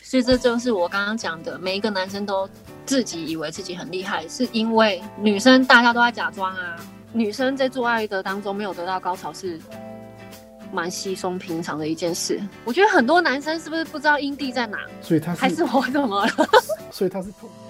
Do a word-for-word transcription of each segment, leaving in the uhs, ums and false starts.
所以这就是我刚刚讲的，每一个男生都自己以为自己很厉害，是因为女生大家都在假装啊。女生在做爱的当中没有得到高潮是蛮稀松平常的一件事。我觉得很多男生是不是不知道阴蒂在哪？ 所以他是还是我怎么了？ 所以他是痛。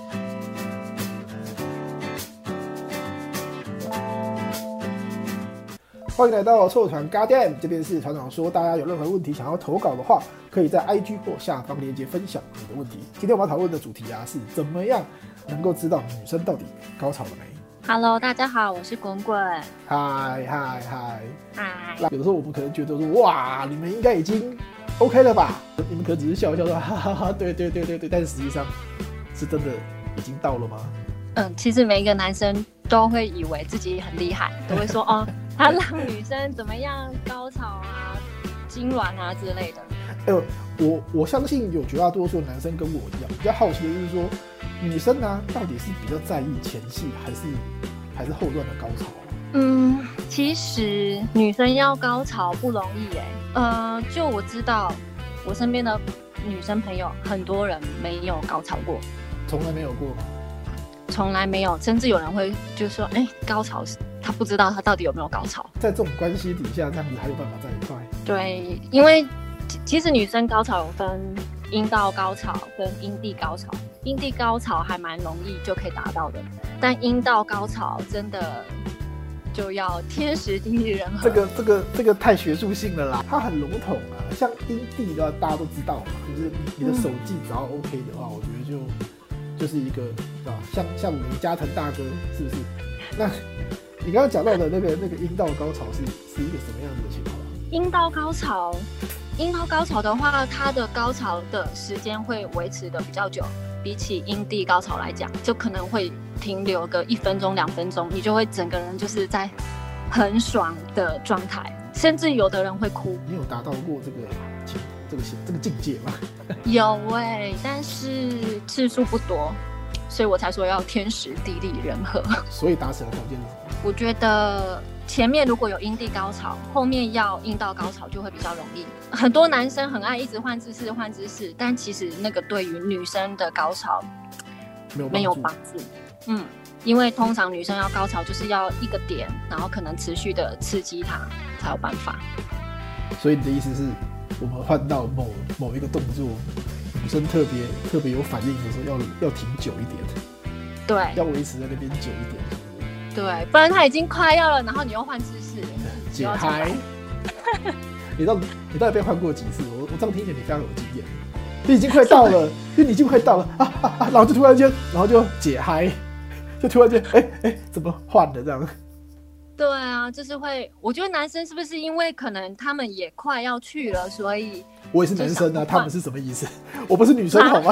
欢迎来到臭传 Goddamn， 这边是团长说，大家有任何问题想要投稿的话，可以在 I G 或下方链接分享你的问题。今天我们要讨论的主题啊，是怎么样能够知道女生到底高潮了没 ？Hello， 大家好，我是滚滚。 嗨嗨嗨嗨！ 有的时候我们可能觉得说，哇，你们应该已经 OK 了吧？你们可能只是笑一笑说，哈哈哈，对对对对对，但是实际上是真的已经到了吗？ 嗯，其实每一个男生都会以为自己很厉害，都会说哦，他让女生怎么样高潮啊、痉挛啊之类的。 哎、欸，我我相信有绝大多数的男生跟我一样，比较好奇的就是说，女生呢、啊、到底是比较在意前戏还是还是后段的高潮？ 嗯，其实女生要高潮不容易耶。呃，就我知道，我身边的女生朋友很多人没有高潮过， 从来没有过吗？ 从来没有，甚至有人会就说，哎、欸，高潮他不知道他到底有没有高潮。 在这种关系底下，这样子还有办法在一块？ 对，因为其实女生高潮有分阴道高潮跟阴蒂高潮，阴蒂高潮还蛮容易就可以达到的，但阴道高潮真的就要天时地利人和。 这个这个这个太学术性了啦，它很笼统啊。像阴蒂的大家都知道嘛，就是你的手技只要 OK 的话，嗯、我觉得就。就是一个啊，像像我们加藤大哥是不是？那你刚刚讲到的那个那个阴道高潮是是一个什么样子的情况？ 阴道高潮，阴道高潮的话，它的高潮的时间会维持的比较久，比起阴蒂高潮来讲，就可能会停留个一分钟两分钟，你就会整个人就是在很爽的状态，甚至有的人会哭。 你有达到过这个这个这个境界吗？ 有哎、欸，但是次数不多，所以我才说要天时地利人和。 所以达成的条件是什么？ 我觉得前面如果有阴蒂高潮，后面要阴道高潮就会比较容易。很多男生很爱一直换姿势换姿势，但其实那个对于女生的高潮没有帮助。嗯，因为通常女生要高潮就是要一个点，然后可能持续的刺激她才有办法。 所以你的意思是？我们换到某某一个动作，女生特别特别有反应的时候，要要停久一点， 对， 要维持在那边久一点，是不是？ 对，不然他已经快要了，然后你又换姿势， 解嗨。你到底你到底被换过几次？我我这样听起来你非常有经验，你已经快到了，因为你已经快到了啊啊啊！然后就突然间，然后就解嗨，就突然间，哎、欸、哎、欸，怎么换了这样？ 对啊，就是会，我觉得男生是不是因为可能他们也快要去了，所以我也是男生啊，他们是什么意思？我不是女生好吗？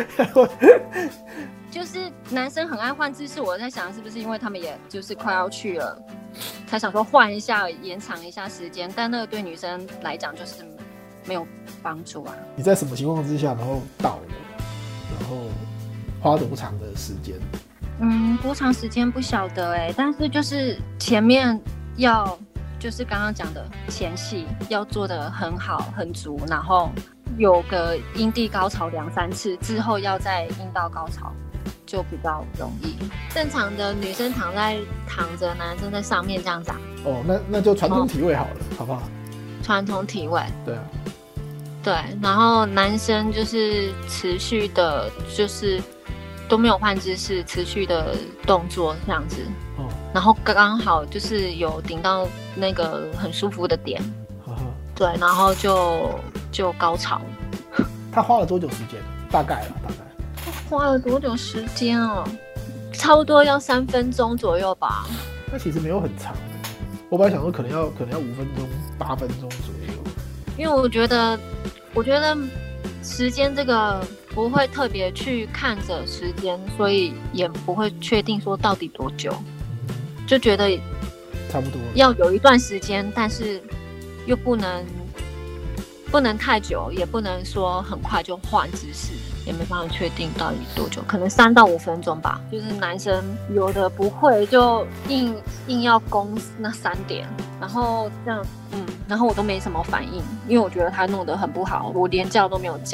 就是男生很爱换姿势，我在想是不是因为他们也就是快要去了，才想说换一下，延长一下时间，但那个对女生来讲就是没有帮助啊。 你在什么情况之下，然后到了，然后花多长的时间？ 嗯，多长时间不晓得哎、欸，但是就是前面要就是刚刚讲的前戏要做得很好很足，然后有个阴蒂高潮两三次之后，要在阴道高潮就比较容易。正常的女生躺在躺着，男生在上面这样子、啊。 哦，那那就传统体位好了，哦、好不好？ 传统体位。 对啊。 对，然后男生就是持续的，就是。都没有换姿势，持续的动作这样子，哦、然后刚刚好就是有顶到那个很舒服的点，呵呵对，然后就就高潮。 他花了多久时间？大概了，大概。 花了多久时间哦？差不多要三分钟左右吧。 那其实没有很长，我本来想说可能要可能要五分钟、八分钟左右。 因为我觉得，我觉得时间这个。不会特别去看着时间，所以也不会确定说到底多久，就觉得差不多要有一段时间，但是又不能不能太久，也不能说很快就换姿势，也没办法确定到底多久，可能三到五分钟吧。就是男生有的不会就硬硬要攻那三点，然后这样，嗯，然后我都没什么反应，因为我觉得他弄得很不好，我连叫都没有叫。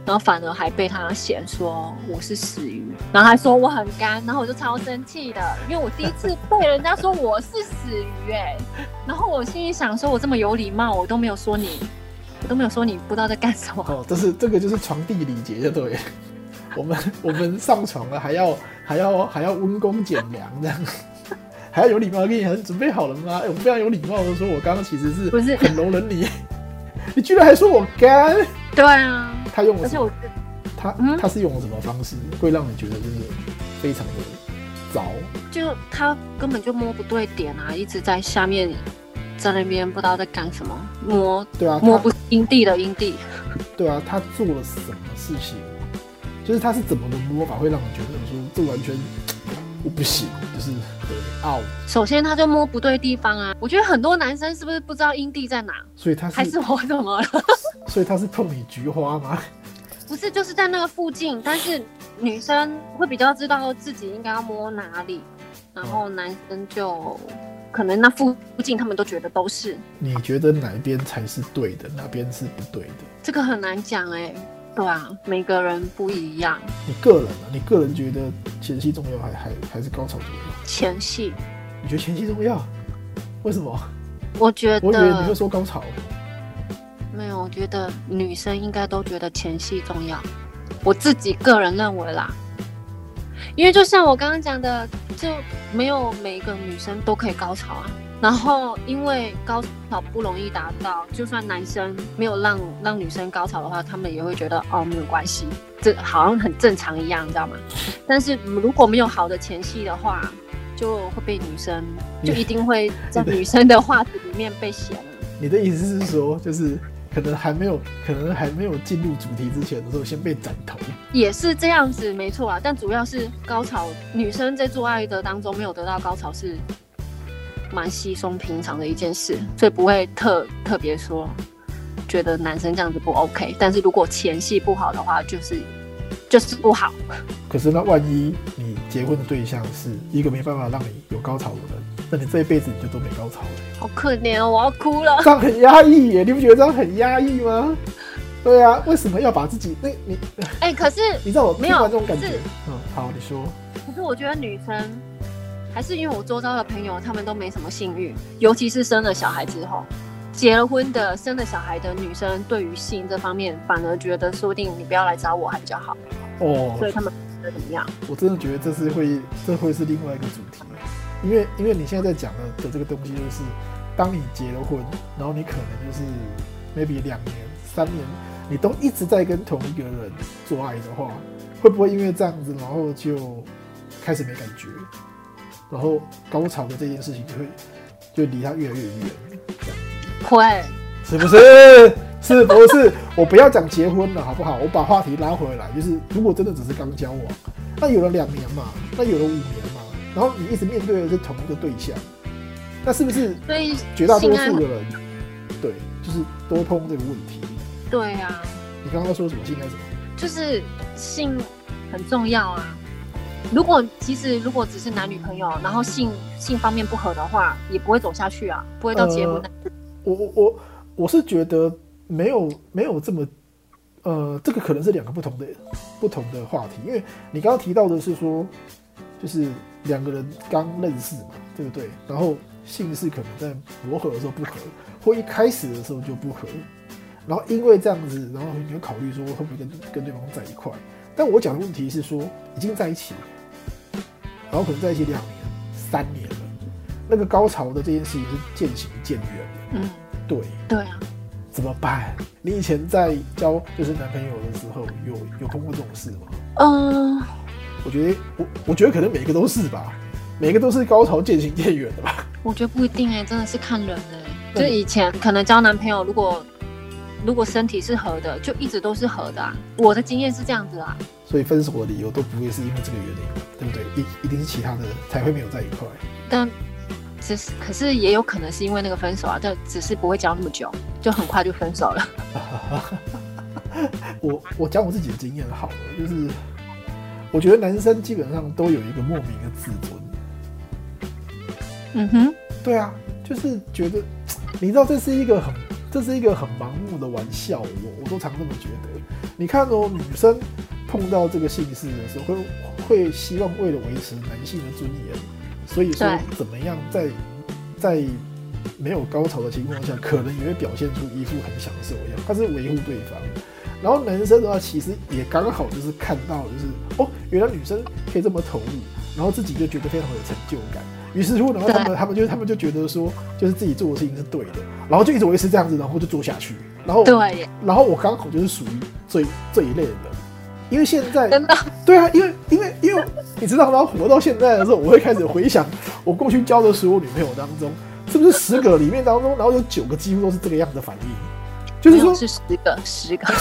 然后反而还被他嫌说我是死鱼，然后还说我很干，然后我就超生气的，因为我第一次被人家说我是死鱼哎、欸，然后我心里想说，我这么有礼貌，我都没有说你，我都没有说你不知道在干什么。 哦，这是这个就是床地礼节，就对了。我们我们上床了，还要还要还要温弓减粮这样。还要有礼貌跟你讲，准备好了吗？欸、我非常有礼貌的说，我刚刚其实是不是很容忍你，你居然还说我干？ 对啊， 他用了什么？ 而且我他、嗯、他是用了什么方式，会让你觉得就是非常的糟？ 就他根本就摸不对点啊，一直在下面在那边不知道在干什么，摸对啊， 摸不阴地的阴地。 对啊，他做了什么事情？就是他是怎么的摸法，会让你觉得说这完全我不行，就是out。 首先他就摸不对地方啊，我觉得很多男生是不是不知道阴蒂在哪？ 所以他是还是我怎么了？ 所以他是碰你菊花吗？ 不是，就是在那个附近，但是女生会比较知道自己应该要摸哪里，然后男生就可能那附近他们都觉得都是。 你觉得哪边才是对的，哪边是不对的？ 这个很难讲哎、欸。对啊，每个人不一样。 你个人啊，你个人觉得前戏重要还还还是高潮重要？ 前戏。 你觉得前戏重要？为什么？ 我觉得。 我以为你会说高潮。 没有，我觉得女生应该都觉得前戏重要。我自己个人认为啦，因为就像我刚刚讲的，就没有每一个女生都可以高潮啊。然后因为高潮不容易达到，就算男生没有让让女生高潮的话，他们也会觉得哦没有关系，这好像很正常一样，你知道吗？但是如果没有好的前戏的话，就会被女生就一定会在女生的话题里面被嫌了。 你的意思是说，就是可能还没有可能还没有进入主题之前的时候，先被斩头？也是这样子，没错啊。但主要是高潮，女生在做爱的当中没有得到高潮是蛮稀松平常的一件事，所以不会特特别说觉得男生这样子不 OK。但是如果前戏不好的话，就是就是不好。 可是那万一你结婚的对象是一个没办法让你有高潮的人，那你这一辈子你就都没高潮了。 好可怜哦，我要哭了。 这样很压抑耶，你不觉得这样很压抑吗？对啊，为什么要把自己那你？ 哎、欸，可是你知道我听完这种感觉，嗯，好，你说。 可是我觉得女生。还是因为我周遭的朋友他们都没什么性欲，尤其是生了小孩之后，结了婚的生了小孩的女生对于性这方面反而觉得说不定你不要来找我还比较好哦，所以他们觉得怎么样？ 我真的觉得这是会这会是另外一个主题，因为因为你现在在讲的的这个东西就是，当你结了婚，然后你可能就是 maybe 两年三年，你都一直在跟同一个人做爱的话，会不会因为这样子，然后就开始没感觉？然后高潮的这件事情就会就离他越来越远，这样会是不是？是不是？我不要讲结婚了，好不好？我把话题拉回来，就是如果真的只是刚交往，那有了两年嘛，那有了五年嘛，然后你一直面对的是同一个对象，那是不是？所以绝大多数的人，对，就是多碰这个问题。 对啊。 你刚刚说什么？性爱什么？ 就是性很重要啊。如果其实如果只是男女朋友，然后性性方面不合的话，也不会走下去啊，不会到结婚的、呃。 我我我我是觉得没有没有这么，呃，这个可能是两个不同的不同的话题，因为你刚刚提到的是说，就是两个人刚认识嘛，对不对？然后性事可能在磨合的时候不合，或一开始的时候就不合，然后因为这样子，然后你会考虑说会不会跟跟对方在一块。但我讲的问题是说，已经在一起了。然后可能在一起两年、三年了，那个高潮的这件事情是渐行渐远的。 嗯， 对， 对啊， 怎么办？你以前在交就是男朋友的时候，有有碰过这种事吗？ 嗯， 我觉得我我觉得可能每个都是吧，每个都是高潮渐行渐远的吧。 我觉得不一定哎、欸，真的是看人哎、欸。就以前可能交男朋友，如果如果身体是合的，就一直都是合的啊。我的经验是这样子啊。 所以分手的理由都不会是因为这个原因，对不对？一一定是其他的才会没有在一块。 但只是，可是也有可能是因为那个分手啊，但只是不会交那么久，就很快就分手了。 我我讲我自己的经验好了，就是我觉得男生基本上都有一个莫名的自尊。 嗯哼， 对啊，就是觉得你知道这是一个很。这这是一个很盲目的玩笑，我我都常这么觉得。你看哦，女生碰到这个性事的时候，会会希望为了维持男性的尊严，所以说怎么样在在没有高潮的情况下，可能也会表现出一副很享受一样，他是维护对方。然后男生的话，其实也刚好就是看到，就是哦，原来女生可以这么投入，然后自己就觉得非常有成就感。于是乎，然后他们他们就他们就觉得说，就是自己做的事情是对的，然后就一直维持这样子，然后就做下去。然后对，然后我刚好就是属于这这一类的人，因为现在真的对啊，因为因为因为你知道吗？活到现在的时候，我会开始回想我过去交的所有女朋友当中，是不是十个里面当中，然后有九个几乎都是这个样的反应，就是说是十个十个。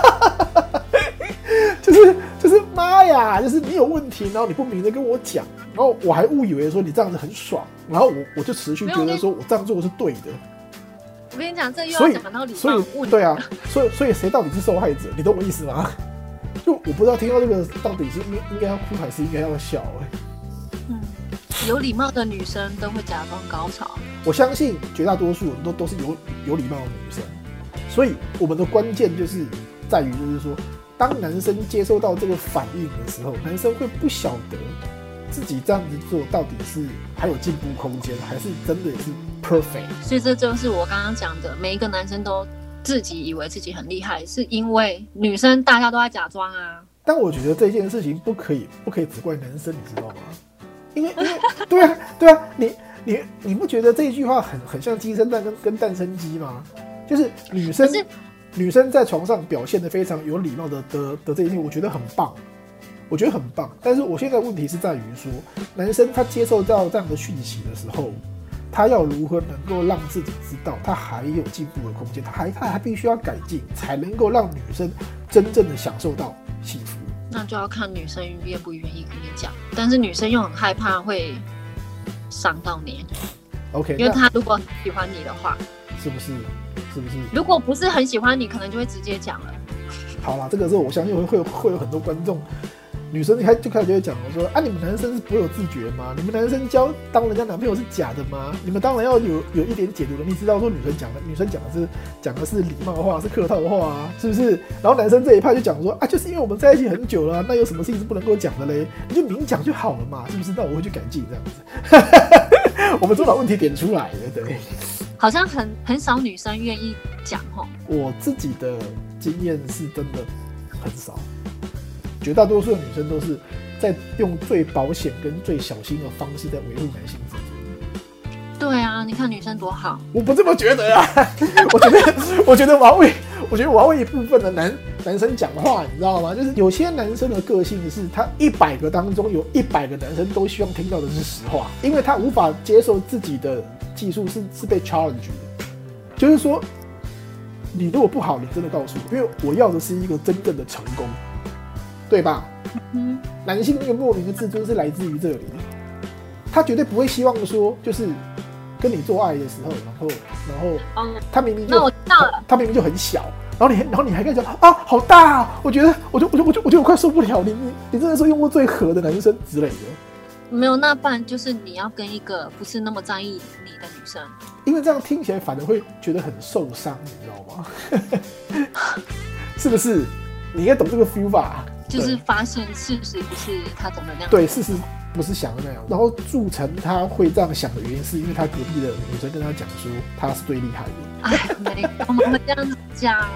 就是就是妈呀！就是你有问题，然后你不明的跟我讲，然后我还误以为说你这样子很爽，然后我我就持续觉得说我这样做是对的。 我跟你讲，这又要讲到礼貌所以所以对啊，所以所以谁到底是受害者？你懂我意思吗？就我不知道听到这个到底是应应该要哭还是应该要笑哎、欸。 嗯，有礼貌的女生都会假装高潮。 我相信绝大多数人都都是有有礼貌的女生，所以我们的关键就是在于就是说。当男生接受到这个反应的时候，男生会不晓得自己这样子做到底是还有进步空间，还是真的是 perfect。 所以这就是我刚刚讲的，每一个男生都自己以为自己很厉害，是因为女生大家都在假装啊。 但我觉得这件事情不可以，不可以只怪男生，你知道吗？因为，因为对啊，对啊，你你你不觉得这一句话很很像鸡生蛋跟跟蛋生鸡吗？就是女生。女生在床上表现得非常有礼貌的的的这一点，我觉得很棒，我觉得很棒。但是我现在问题是在于说，男生他接受到这样的讯息的时候，他要如何能够让自己知道他还有进步的空间，他还他还必须要改进，才能够让女生真正的享受到幸福。 那就要看女生愿不愿意跟你讲，但是女生又很害怕会伤到你。 OK， 因为他如果喜欢你的话， 是不是？是不是？ 如果不是很喜欢你，可能就会直接讲了。 好啦，这个时候我相信会会会有很多观众，女生开就开始就会讲我说啊，你们男生是不会有自觉吗？你们男生交当人家男朋友是假的吗？你们当然要有有一点解读能力，知道说女生讲的女生讲的是讲的是礼貌话，是客套的话啊，是不是？然后男生这一派就讲说啊，就是因为我们在一起很久了、啊，那有什么事情是不能够讲的嘞？你就明讲就好了嘛，是不是？那我会去改进这样子。我们都把问题点出来了，对。 好像很很少女生愿意讲齁。 我自己的经验是真的很少，绝大多数的女生都是在用最保险跟最小心的方式在维护男性自尊。 对啊，你看女生多好。 我不这么觉得啊，我觉得，我觉得我要为，我觉得我要为一部分的男男生讲话，你知道吗？就是有些男生的个性是，他一百个当中有一百个男生都希望听到的是实话，因为他无法接受自己的技术是是被 challenge 的，就是说，你如果不好，你真的告诉我，因为我要的是一个真正的成功，对吧？嗯，男性那个莫名的自尊是来自于这里，他绝对不会希望说，就是跟你做爱的时候，然后，然后，嗯，他明明就， 那我知道了， 他明明就很小，然后你，然后你还跟他讲啊，好大啊！我觉得，我就，我就，我就，我觉得我快受不了，你，你，你真的是用过最狠的男生之类的。 没有，那不然就是你要跟一个不是那么在意你的女生， 因为这样听起来反而会觉得很受伤，你知道吗？是不是？你应该懂这个 feel 吧？ 就是发现事实不是他懂的那样。 对，事实不是想的那样。然后铸成他会这样想的原因，是因为他隔壁的女生跟他讲说他是最厉害的。 哎，没有，会这样子讲。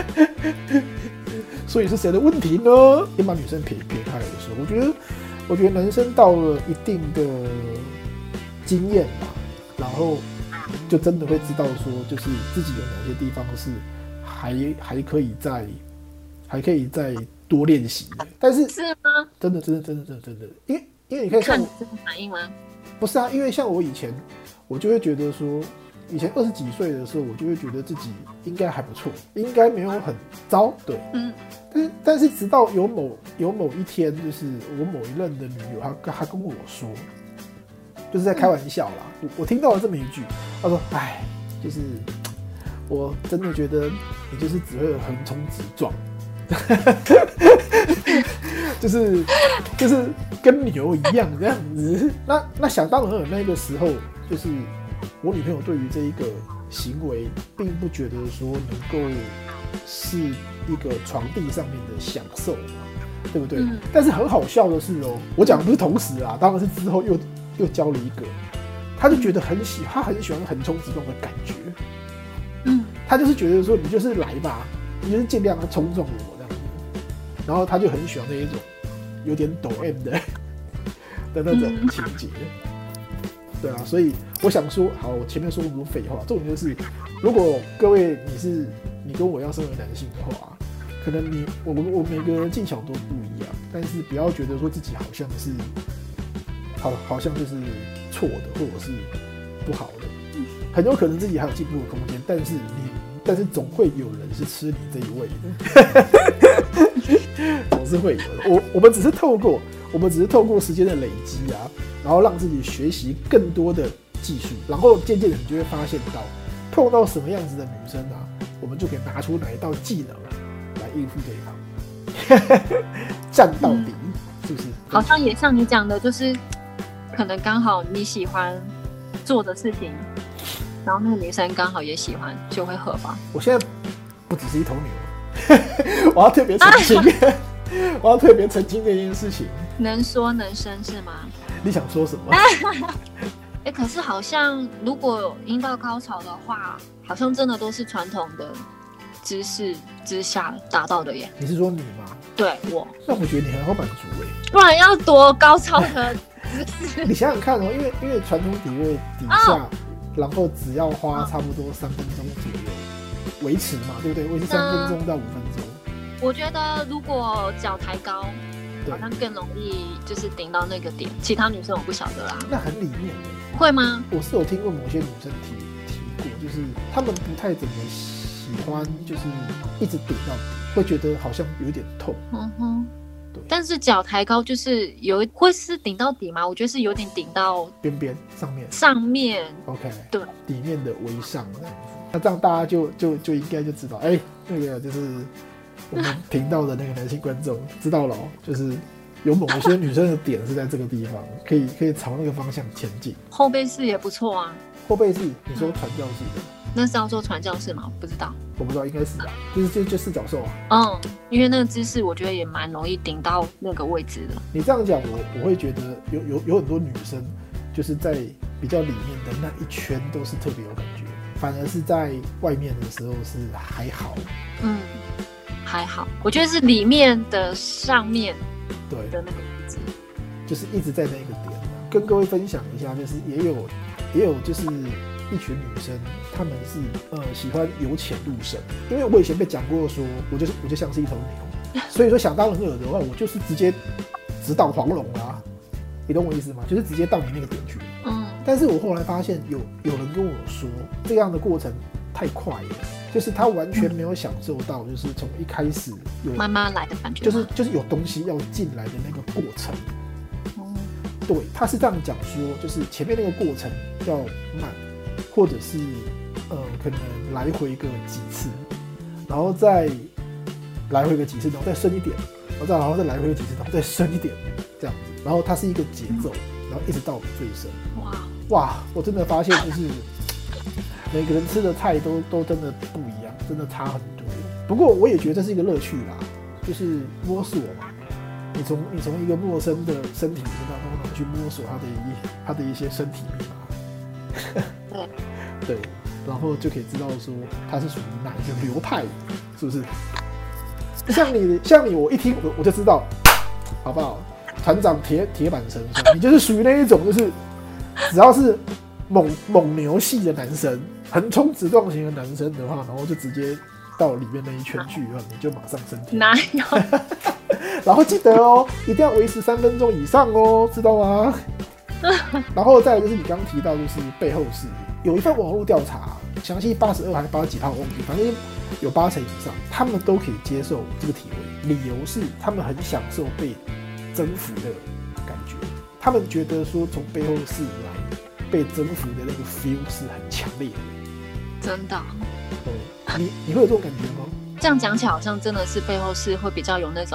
所以是谁的问题呢？先把女生撇撇开来的时候，我觉得。我觉得男生到了一定的经验吧，然后就真的会知道说，就是自己有哪些地方是还还可以再还可以再多练习的。但是是吗？ 真的真的真的真的真的，因为因为你看像看这个反应吗？ 不是啊，因为像我以前，我就会觉得说，以前二十几岁的时候，我就会觉得自己应该还不错，应该没有很糟，对，嗯。但是，但是直到有某有某一天，就是我某一任的女友，她她跟我说，就是在开玩笑啦。我我听到了这么一句，她说：“哎，就是我真的觉得你就是只会横冲直撞，就是就是跟牛一样这样子。”那那想当然了，那个时候就是我女朋友对于这一个行为，并不觉得说能够是一个床地上面的享受嘛，对不对？嗯、但是很好笑的是哦，我讲的不是同时啊，当然是之后又又教了一个，他就觉得很喜，他很喜欢横冲直撞的感觉。嗯，他就是觉得说你就是来吧，你就是尽量的冲撞我这样子，然后他就很喜欢那一种有点抖 M 的的那种情节。嗯、对啊，所以我想说，好，我前面说那么多废话，重点就是，如果各位你是你跟我一样身为男性的话，可能你我我每个人技巧都不一样，但是不要觉得说自己好像是好好像就是错的或者是不好的。很有可能自己还有进步的空间，但是你，但是总会有人是吃你这一味的，总是会有的。我我们只是透过我们只是透过时间的累积啊，然后让自己学习更多的技术，然后渐渐的你就会发现到，碰到什么样子的女生啊，我们就可以拿出哪一道技能来应付对方，战到底，嗯、是不是？ 好像也像你讲的，就是可能刚好你喜欢做的事情。然后那个女生刚好也喜欢，就会合吧。 我现在不只是一头牛，我要特别澄清，啊、我要特别澄清这件事情。 能说能生是吗？ 你想说什么？ 哎、欸，可是好像如果阴道高潮的话，好像真的都是传统的姿势之下达到的耶。 你是说你吗？ 对，我。 那我觉得你很好满足哎。 不然要多高超的姿势？ 你想想看哦，因为因为传统体位底下。哦，然后只要花差不多三分钟左右维持嘛，对不对？维持三分钟到五分钟。 我觉得如果脚抬高，好像更容易就是顶到那个点。其他女生我不晓得啦。 那很里面耶。会吗？ 我是有听过某些女生提提过，就是她们不太怎么喜欢，就是一直顶到底，会觉得好像有点痛。嗯哼。 但是脚抬高就是有会是顶到底吗？我觉得是有点顶到边边上面上面 ，OK， 对， 底面的微上这样子。那这样大家就就就应该就知道，哎、欸，那个就是我们频道的那个男性观众知道了、喔，就是有某一些女生的点是在这个地方，可以可以朝那个方向前进。 后背式也不错啊。 后背式，你说传教式的？ 那是要做传教式吗？不知道， 我不知道，应该是啊，就是就就四角兽啊。 嗯，因为那个姿势我觉得也蛮容易顶到那个位置的。 你这样讲，我我会觉得有有有很多女生就是在比较里面的那一圈都是特别有感觉，反而是在外面的时候是还好。嗯， 还好，我觉得是里面的上面对的那个位置， 就是一直在那个点。跟各位分享一下，就是也有也有就是一群女生，她们是呃喜欢由浅入深，因为我以前被讲过说，我就是我就像是一头牛，所以说想当然尔的话，我就是直接直捣黄龙啦，你懂我意思吗？就是直接到你那个点去。嗯。但是我后来发现有有人跟我说，这样的过程太快了，就是他完全没有享受到，就是从一开始有慢慢来的感觉， 就是就是有东西要进来的那个过程。对，他是这样讲说，就是前面那个过程要慢，或者是呃可能来回个几次，然后再来回个几次，然后再深一点，然后再然后再来回个几次，然后再深一点，这样子，然后它是一个节奏，然后一直到最深。哇哇，我真的发现就是每个人吃的菜都都真的不一样，真的差很多。不过我也觉得这是一个乐趣啦，就是摸索嘛。你从你从一个陌生的身体里面当中去摸索他的一他的一些身体密码，对，然后就可以知道说他是属于哪一个流派，是不是？像你像你，我一听我我就知道，好不好？团长铁铁板神说，你就是属于那一种，就是只要是猛猛牛系的男生，横冲直撞型的男生的话，然后就直接到里面那一圈去，然后你就马上升天。 哪有？ 然后记得哦，一定要维持三分钟以上哦，知道吗？然后再来就是你刚刚提到，就是背后是有一份网络调查，详细八十二还是八十几号我忘记，反正有八成以上，他们都可以接受这个体位，理由是他们很享受被征服的感觉，他们觉得说从背后是来被征服的那个 feel 是很强烈的。 真的？ 对，你你会有这种感觉吗？ 这样讲起来好像真的是背后是会比较有那种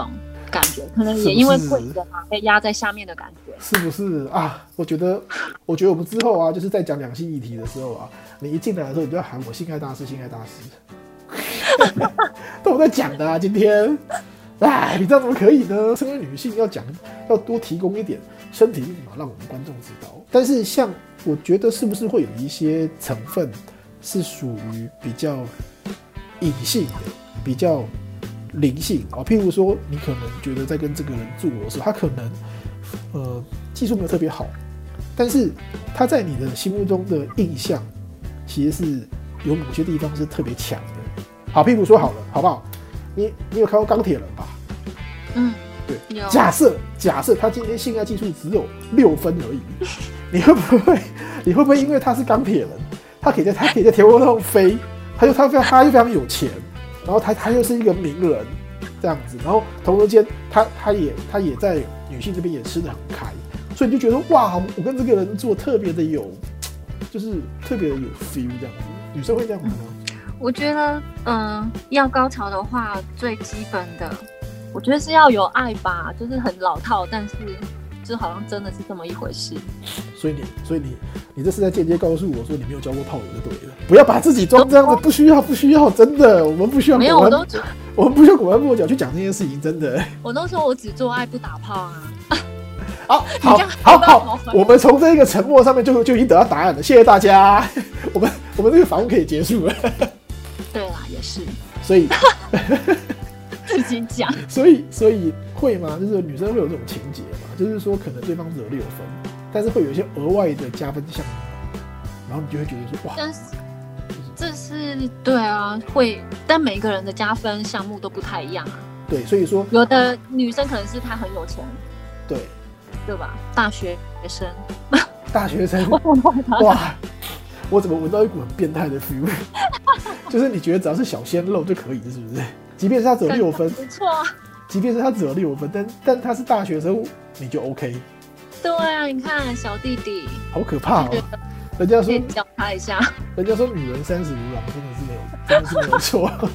感觉，可能也因为贵人嘛，被压在下面的感觉， 是不是啊？我觉得，我觉得我们之后啊，就是在讲两性议题的时候啊，你一进来的时候，你就要喊我性爱大师，性爱大师，都我在讲的啊，今天，哎，你这样怎么可以呢？身为女性要讲，要多提供一点身体力嘛，让我们观众知道。但是像我觉得是不是会有一些成分是属于比较隐性的，比较灵性啊，譬如说，你可能觉得在跟这个人做的时候，他可能呃技术没有特别好，但是他在你的心目中的印象，其实是有某些地方是特别强的。好，譬如说好了，好不好？你你有看过钢铁人吧？ 嗯， 对。假设假设他今天性爱技术只有六分而已，你会不会你会不会因为他是钢铁人，他可以在他可以在天空上飞，他就他非常他又非常有钱。然后他他又是一个名人，这样子，然后同时间他他也他也在女性这边也吃得很开，所以你就觉得哇，我跟这个人做特别的有，就是特别的有 feel 这样子。女生会这样子吗？ 我觉得，嗯，要高潮的话，最基本的，我觉得是要有爱吧，就是很老套，但是就好像真的是这么一回事。 所以你，所以你，你这是在间接告诉我说你没有交过炮友就对了，不要把自己装这样子，不需要，不需要，真的，我们不需要。 没有，我都我们不需要拐弯抹角去讲这件事情，真的。 我都说我只做爱不打炮啊。 好，好，好，好，我们从这个沉默上面就就已经得到答案了，谢谢大家。我们我们这个访问可以结束了。 对啦，也是。 所以自己讲。 所以所以会吗？就是女生会有这种情节嘛？就是说可能对方只有六分，但是会有一些额外的加分项目，然后你就会觉得说哇。 但是这是对啊，会，但每个人的加分项目都不太一样啊。 对，所以说有的女生可能是她很有钱， 对对吧？大学生， 大学生，哇，我怎么闻到一股很变态的 feel？ 就是你觉得只要是小鲜肉就可以，是不是？即便是他只有六分， 不错啊。 即便是他只有六分，但但他是大学生，你就 OK。 对啊，你看小弟弟， 好可怕哦！人家说教他一下， 人家说女人三十如狼，真的是没有，真的是没有错。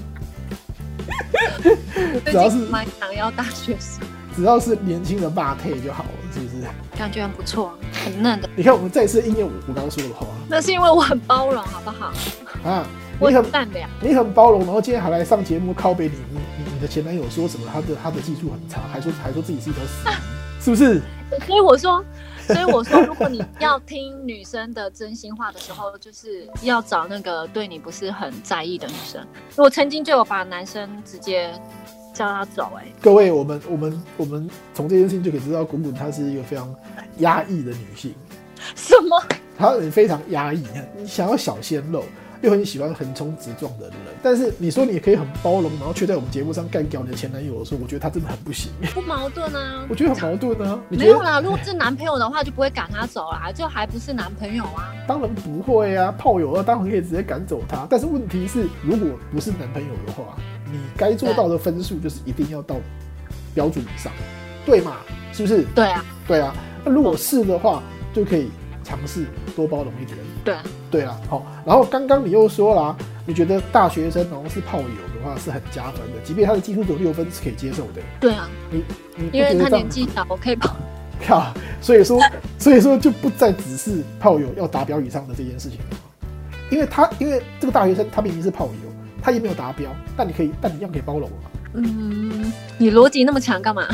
只要是蛮想要大学生， 只要是年轻的霸配就好了，是不是？ 感觉很不错，很嫩的。 你看，我们再次应验我我刚刚说的话。 那是因为我很包容，好不好？ 啊， 我很善良， 你很包容，然后今天还来上节目靠北你你你你的前男友说什么？他的他的技术很差，还说还说自己是一条死鱼，是不是？ 所以我说。所以我说，如果你要听女生的真心话的时候，就是要找那个对你不是很在意的女生。我曾经就有把男生直接叫他走、欸。哎， 各位，我们我们我们从这件事情就可以知道，滚滚她是一个非常压抑的女性。 什么？ 她非常压抑，你想要小鲜肉，又很喜欢横冲直撞的人，但是你说你可以很包容，然后却在我们节目上干掉你的前男友的时候，我觉得他真的很不行。 不矛盾啊？ 我觉得很矛盾啊。 没有啦，如果是男朋友的话，就不会赶他走啦，就还不是男朋友啊。 当然不会啊，炮友啊，当然可以直接赶走他。但是问题是，如果不是男朋友的话，你该做到的分数就是一定要到标准以上，对嘛？是不是？ 对啊， 对啊。那如果是的话，就可以尝试多包容一点。 对对啦，好。然后刚刚你又说啦，你觉得大学生然后是炮友的话是很加分的，即便他的技术只有六分是可以接受的。 对啊， 你你因为他年纪小，我可以跑。 啊，所以说所以说就不再只是炮友要达标以上的这件事情了，因为他因为这个大学生他明明是炮友，他也没有达标，但你可以但你一样可以包容啊。 嗯，你逻辑那么强干嘛？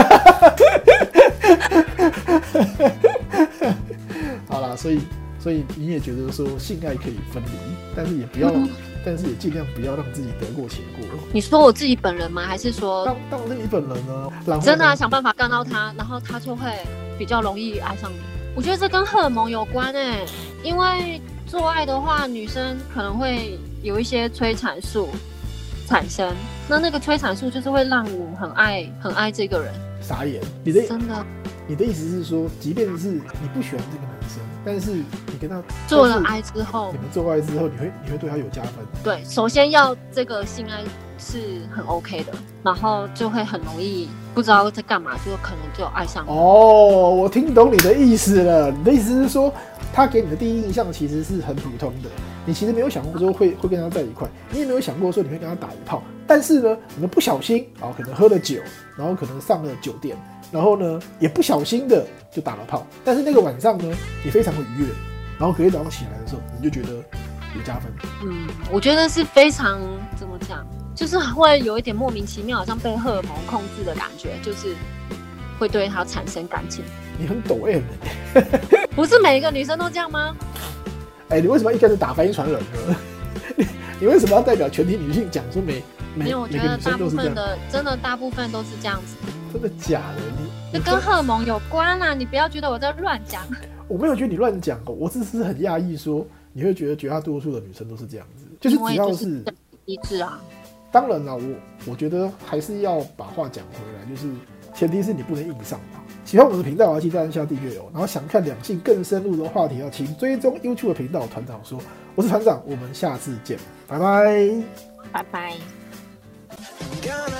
好啦，所以所以你也觉得说性爱可以分离，但是也不要，嗯、但是也尽量不要让自己得过且过。 你说我自己本人吗？还是说？ 当当然是你本人啊。 真的啊，想办法干到他，然后他就会比较容易爱上你。我觉得这跟荷尔蒙有关哎、欸，因为做爱的话，女生可能会有一些催产素产生，那那个催产素就是会让你很爱很爱这个人。 傻眼，你的真的。 你的意思是说，即便是你不喜欢这个男生，但是你跟他做了爱之后， 你们做爱之后，你会你会对他有加分。 对，首先要这个性爱是很 OK 的，然后就会很容易不知道在干嘛，就可能就爱上你。 哦，我听懂你的意思了。你的意思是说，他给你的第一印象其实是很普通的，你其实没有想过说会会跟他在一块，你也没有想过说你会跟他打一炮， 但是呢，你们不小心啊，可能喝了酒，然后可能上了酒店，然后呢，也不小心的就打了炮。但是那个晚上呢，你非常的愉悦，然后隔天早上起来的时候，你就觉得有加分。 嗯，我觉得是非常怎么讲，就是会有一点莫名其妙，好像被荷尔蒙控制的感觉，就是会对他产生感情。 你很抖 M， 不是每一个女生都这样吗？ 哎、欸，你为什么一开始打翻译传人呢？你你为什么要代表全体女性讲说每每因为我觉得大部分的真的大部分都是这样子。 真的假的？你这跟荷尔蒙有关啊！你不要觉得我在乱讲。 我没有觉得你乱讲哦，我只是很讶异说你会觉得绝大多数的女生都是这样子，就是只要是一致啊。 当然啦，我我觉得还是要把话讲回来，就是前提是你不能硬上嘛。喜欢我的频道，要记得按下订阅哦。然后想看两性更深入的话题，要请追踪 YouTube 的频道。团长说，我是团长，我们下次见，拜拜， 拜拜。